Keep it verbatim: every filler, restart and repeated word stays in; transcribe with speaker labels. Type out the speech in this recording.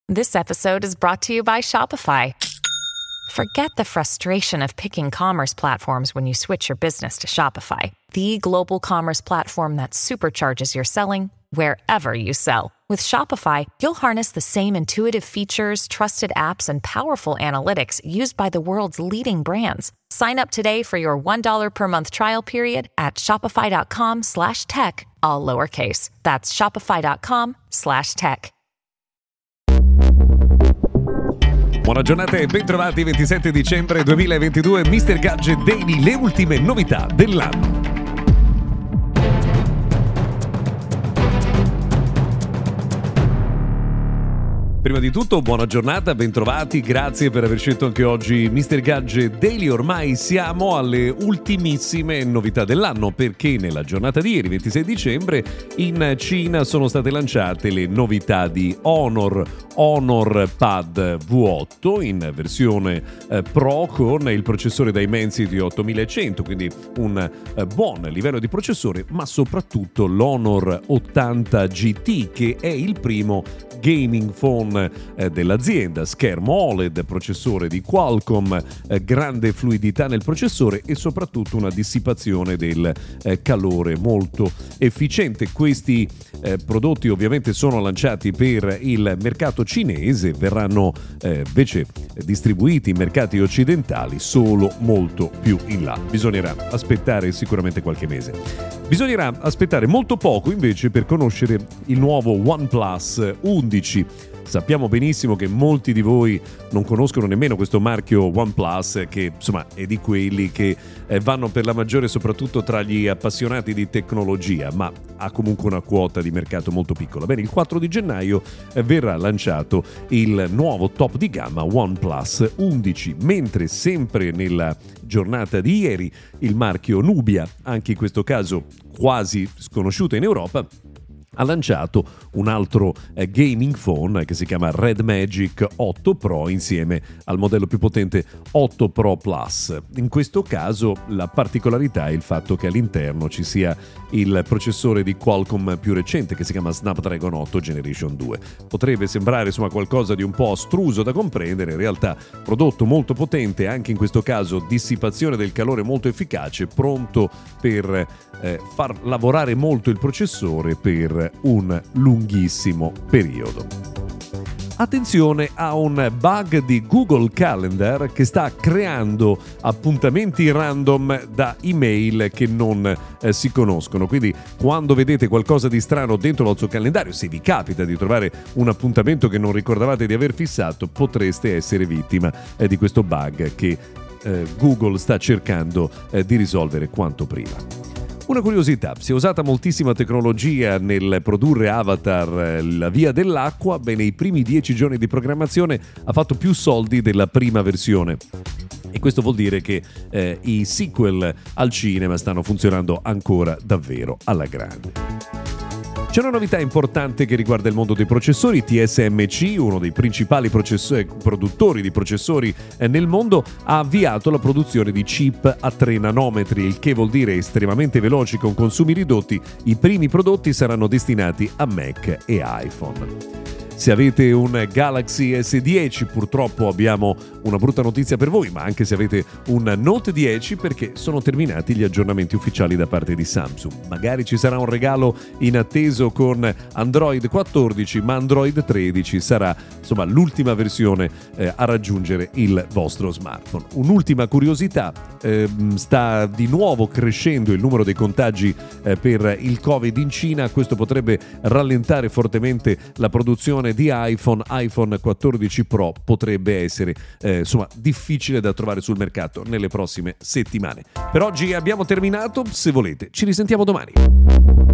Speaker 1: This episode is brought to you by Shopify. Forget the frustration of picking commerce platforms when you switch your business to Shopify, the global commerce platform that supercharges your selling wherever you sell. With Shopify, you'll harness the same intuitive features, trusted apps, and powerful analytics used by the world's leading brands. Sign up today for your one dollar per month trial period at shopify.com slash tech, all lowercase. That's shopify.com slash tech.
Speaker 2: Buona giornata e bentrovati, ventisette dicembre duemilaventidue, mister Gadget Daily, le ultime novità dell'anno. Prima di tutto, buona giornata, bentrovati, grazie per aver scelto anche oggi mister Gadget Daily. Ormai siamo alle ultimissime novità dell'anno, perché nella giornata di ieri, ventisei dicembre, in Cina sono state lanciate le novità di Honor, Honor Pad V otto in versione eh, Pro con il processore Dimensity ottomilacento, quindi un eh, buon livello di processore, ma soprattutto l'Honor ottanta G T, che è il primo gaming phone eh, dell'azienda, schermo O L E D, processore di Qualcomm, eh, grande fluidità nel processore e soprattutto una dissipazione del eh, calore molto efficiente. Questi eh, prodotti ovviamente sono lanciati per il mercato cinese, verranno eh, invece distribuiti in mercati occidentali solo molto più in là. Bisognerà aspettare sicuramente qualche mese. Bisognerà aspettare molto poco invece per conoscere il nuovo OnePlus undici. Sappiamo benissimo che molti di voi non conoscono nemmeno questo marchio OnePlus, che insomma è di quelli che eh, vanno per la maggiore soprattutto tra gli appassionati di tecnologia, ma ha comunque una quota di mercato molto piccola. Bene, il quattro di gennaio eh, verrà lanciato il nuovo top di gamma OnePlus undici, mentre sempre nella giornata di ieri il marchio Nubia, anche in questo caso quasi sconosciuto in Europa, ha lanciato un altro eh, gaming phone che si chiama Red Magic otto Pro insieme al modello più potente otto Pro Plus. In questo caso la particolarità è il fatto che all'interno ci sia il processore di Qualcomm più recente che si chiama Snapdragon otto Generation due. Potrebbe sembrare insomma qualcosa di un po' astruso da comprendere, in realtà prodotto molto potente, anche in questo caso dissipazione del calore molto efficace, pronto per eh, far lavorare molto il processore per un lunghissimo periodo. Attenzione a un bug di Google Calendar che sta creando appuntamenti random da email che non eh, si conoscono. Quindi quando vedete qualcosa di strano dentro il vostro calendario, se vi capita di trovare un appuntamento che non ricordavate di aver fissato, potreste essere vittima eh, di questo bug che eh, Google sta cercando eh, di risolvere quanto prima. Una curiosità, si è usata moltissima tecnologia nel produrre Avatar, la via dell'acqua. Bene, i primi dieci giorni di programmazione ha fatto più soldi della prima versione. E questo vuol dire che eh, i sequel al cinema stanno funzionando ancora davvero alla grande. C'è una novità importante che riguarda il mondo dei processori. T S M C, uno dei principali processori, produttori di processori eh, nel mondo, ha avviato la produzione di chip a tre nanometri, il che vuol dire estremamente veloci con consumi ridotti. I primi prodotti saranno destinati a Mac e iPhone. Se avete un Galaxy S dieci, purtroppo abbiamo una brutta notizia per voi, ma anche se avete un Note dieci, perché sono terminati gli aggiornamenti ufficiali da parte di Samsung. Magari ci sarà un regalo inatteso con Android quattordici, ma Android tredici sarà insomma l'ultima versione eh, a raggiungere il vostro smartphone. Un'ultima curiosità, eh, sta di nuovo crescendo il numero dei contagi eh, per il Covid in Cina. Questo potrebbe rallentare fortemente la produzione di iPhone. iPhone quattordici Pro potrebbe essere eh, insomma difficile da trovare sul mercato nelle prossime settimane. Per oggi abbiamo terminato, se volete ci risentiamo domani.